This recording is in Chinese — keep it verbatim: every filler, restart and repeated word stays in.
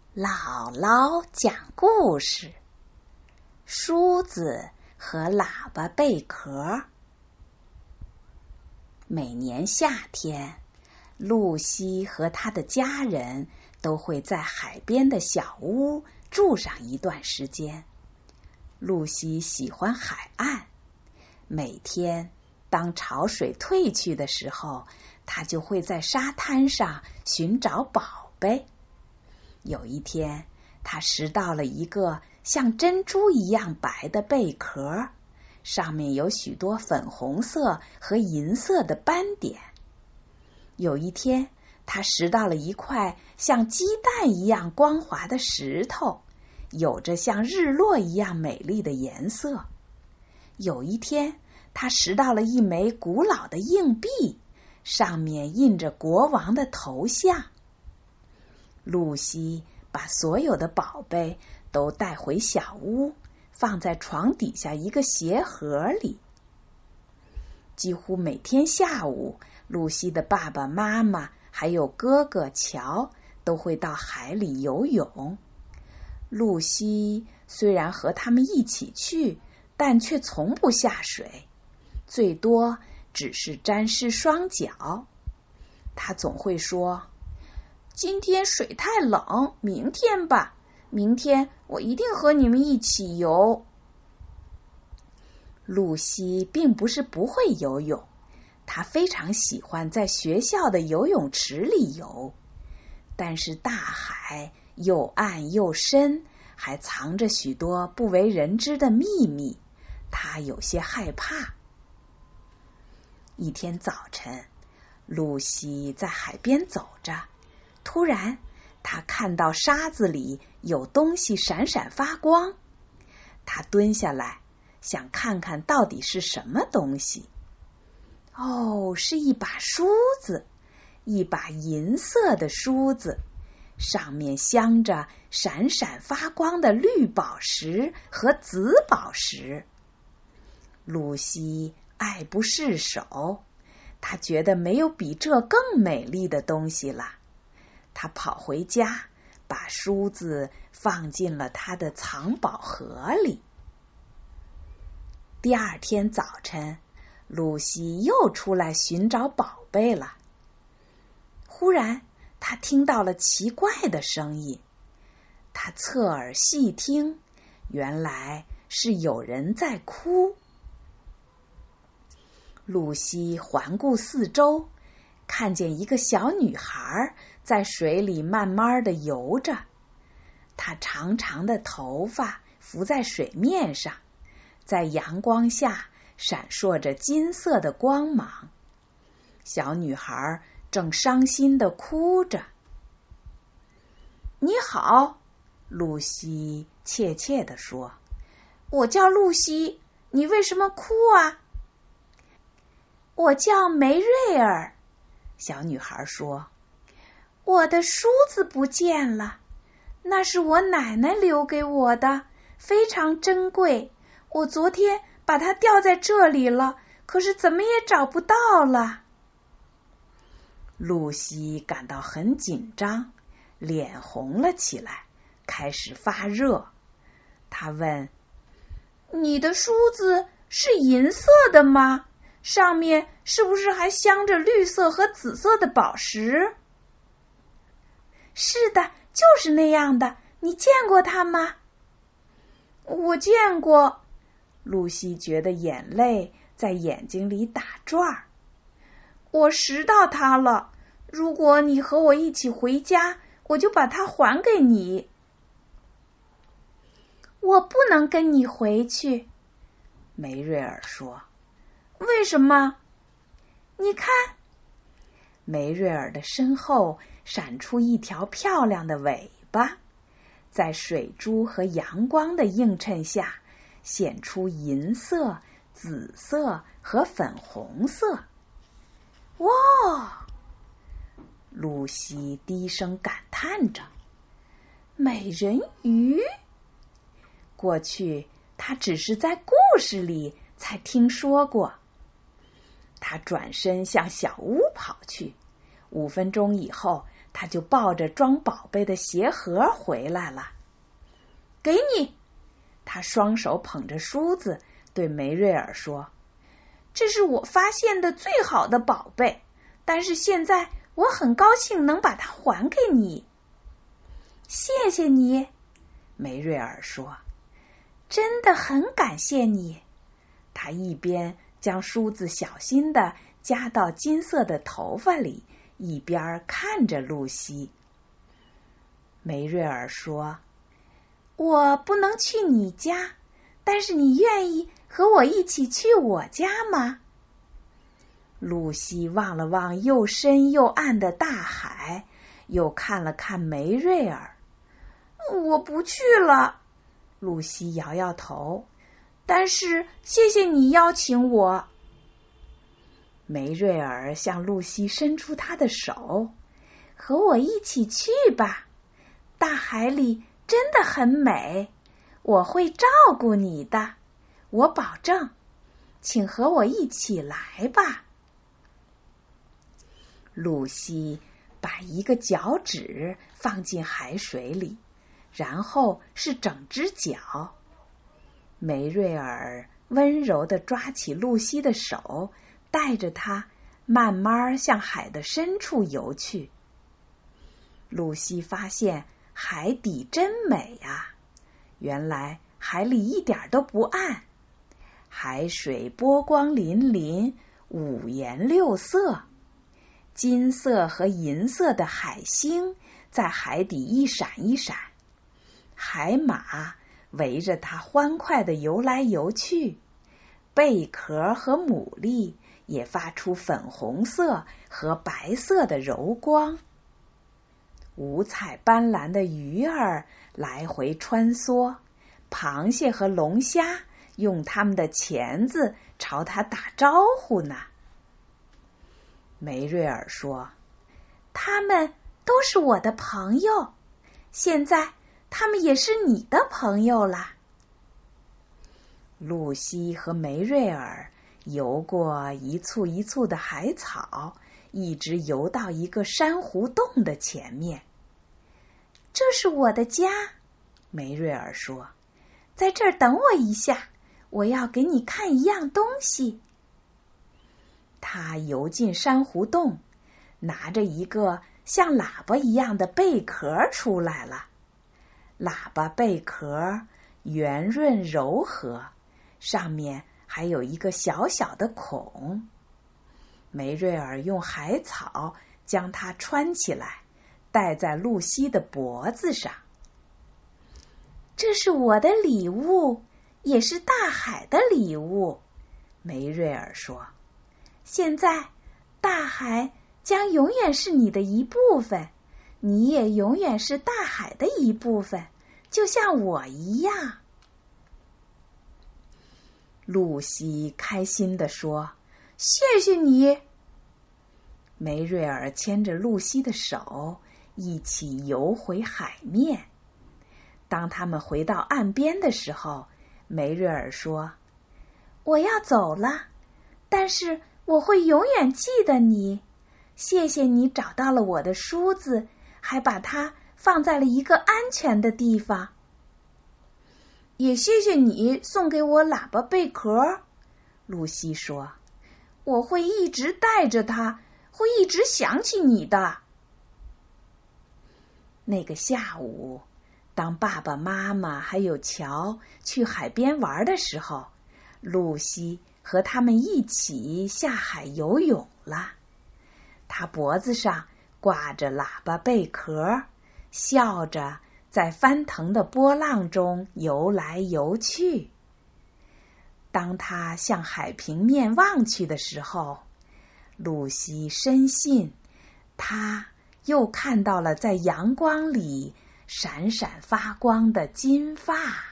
姥姥讲故事：梳子和喇叭贝壳。每年夏天，露西和她的家人都会在海边的小屋住上一段时间。露西喜欢海岸，每天当潮水退去的时候，她就会在沙滩上寻找宝贝。有一天，他拾到了一个像珍珠一样白的贝壳，上面有许多粉红色和银色的斑点。有一天，他拾到了一块像鸡蛋一样光滑的石头，有着像日落一样美丽的颜色。有一天，他拾到了一枚古老的硬币，上面印着国王的头像。露西把所有的宝贝都带回小屋，放在床底下一个鞋盒里。几乎每天下午，露西的爸爸妈妈还有哥哥乔都会到海里游泳。露西虽然和他们一起去，但却从不下水，最多只是沾湿双脚。她总会说，今天水太冷，明天吧，明天我一定和你们一起游。露西并不是不会游泳，她非常喜欢在学校的游泳池里游，但是大海又暗又深，还藏着许多不为人知的秘密，她有些害怕。一天早晨，露西在海边走着，突然，他看到沙子里有东西闪闪发光。他蹲下来，想看看到底是什么东西。哦，是一把梳子，一把银色的梳子，上面镶着闪闪发光的绿宝石和紫宝石。露西爱不释手，她觉得没有比这更美丽的东西了。他跑回家，把梳子放进了他的藏宝盒里。第二天早晨，露西又出来寻找宝贝了。忽然，他听到了奇怪的声音。他侧耳细听，原来是有人在哭。露西环顾四周，看见一个小女孩在水里慢慢地游着，她长长的头发浮在水面上，在阳光下闪烁着金色的光芒。小女孩正伤心地哭着。你好，露西怯怯地说，我叫露西，你为什么哭啊？我叫梅瑞尔，小女孩说，我的梳子不见了，那是我奶奶留给我的，非常珍贵，我昨天把它掉在这里了，可是怎么也找不到了。露西感到很紧张，脸红了起来，开始发热。她问，你的梳子是银色的吗？上面是不是还镶着绿色和紫色的宝石？是的，就是那样的，你见过它吗？我见过。露西觉得眼泪在眼睛里打转。我拾到它了，如果你和我一起回家，我就把它还给你。我不能跟你回去，梅瑞尔说。为什么？你看，梅瑞尔的身后闪出一条漂亮的尾巴，在水珠和阳光的映衬下，显出银色、紫色和粉红色。哇！露西低声感叹着，美人鱼？过去她只是在故事里才听说过。他转身向小屋跑去，五分钟以后， 他就抱着装宝贝的鞋盒回来了。给你，他双手捧着梳子，对梅瑞尔说，这是我发现的最好的宝贝，但是现在我很高兴能把它还给你。谢谢你，梅瑞尔说，真的很感谢你。他一边将梳子小心地夹到金色的头发里，一边看着露西。梅瑞尔说，我不能去你家，但是你愿意和我一起去我家吗？露西望了望又深又暗的大海，又看了看梅瑞尔。我不去了，露西摇摇头，但是谢谢你邀请我。梅瑞尔向露西伸出他的手，和我一起去吧，大海里真的很美，我会照顾你的，我保证，请和我一起来吧。露西把一个脚趾放进海水里，然后是整只脚。梅瑞尔温柔地抓起露西的手，带着她慢慢向海的深处游去。露西发现海底真美啊，原来海里一点都不暗，海水波光粼粼，五颜六色，金色和银色的海星在海底一闪一闪，海马围着它欢快地游来游去，贝壳和牡蛎也发出粉红色和白色的柔光，五彩斑斓的鱼儿来回穿梭，螃蟹和龙虾用它们的钳子朝它打招呼呢。梅瑞尔说，他们都是我的朋友，现在他们也是你的朋友啦。露西和梅瑞尔游过一簇一簇的海草，一直游到一个珊瑚洞的前面。这是我的家，梅瑞尔说，在这儿等我一下，我要给你看一样东西。他游进珊瑚洞，拿着一个像喇叭一样的贝壳出来了。喇叭贝壳圆润柔和，上面还有一个小小的孔。梅瑞尔用海草将它穿起来，戴在露西的脖子上。这是我的礼物，也是大海的礼物，梅瑞尔说。现在，大海将永远是你的一部分，你也永远是大海的一部分，就像我一样。露西开心地说，谢谢你。梅瑞尔牵着露西的手，一起游回海面。当他们回到岸边的时候，梅瑞尔说，我要走了，但是我会永远记得你。谢谢你找到了我的梳子，还把它放在了一个安全的地方。也谢谢你送给我喇叭贝壳，露西说，我会一直带着它，会一直想起你的。那个下午，当爸爸妈妈还有乔去海边玩的时候，露西和他们一起下海游泳了。她脖子上挂着喇叭贝壳，笑着在翻腾的波浪中游来游去。当她向海平面望去的时候，露西深信她又看到了在阳光里闪闪发光的金发。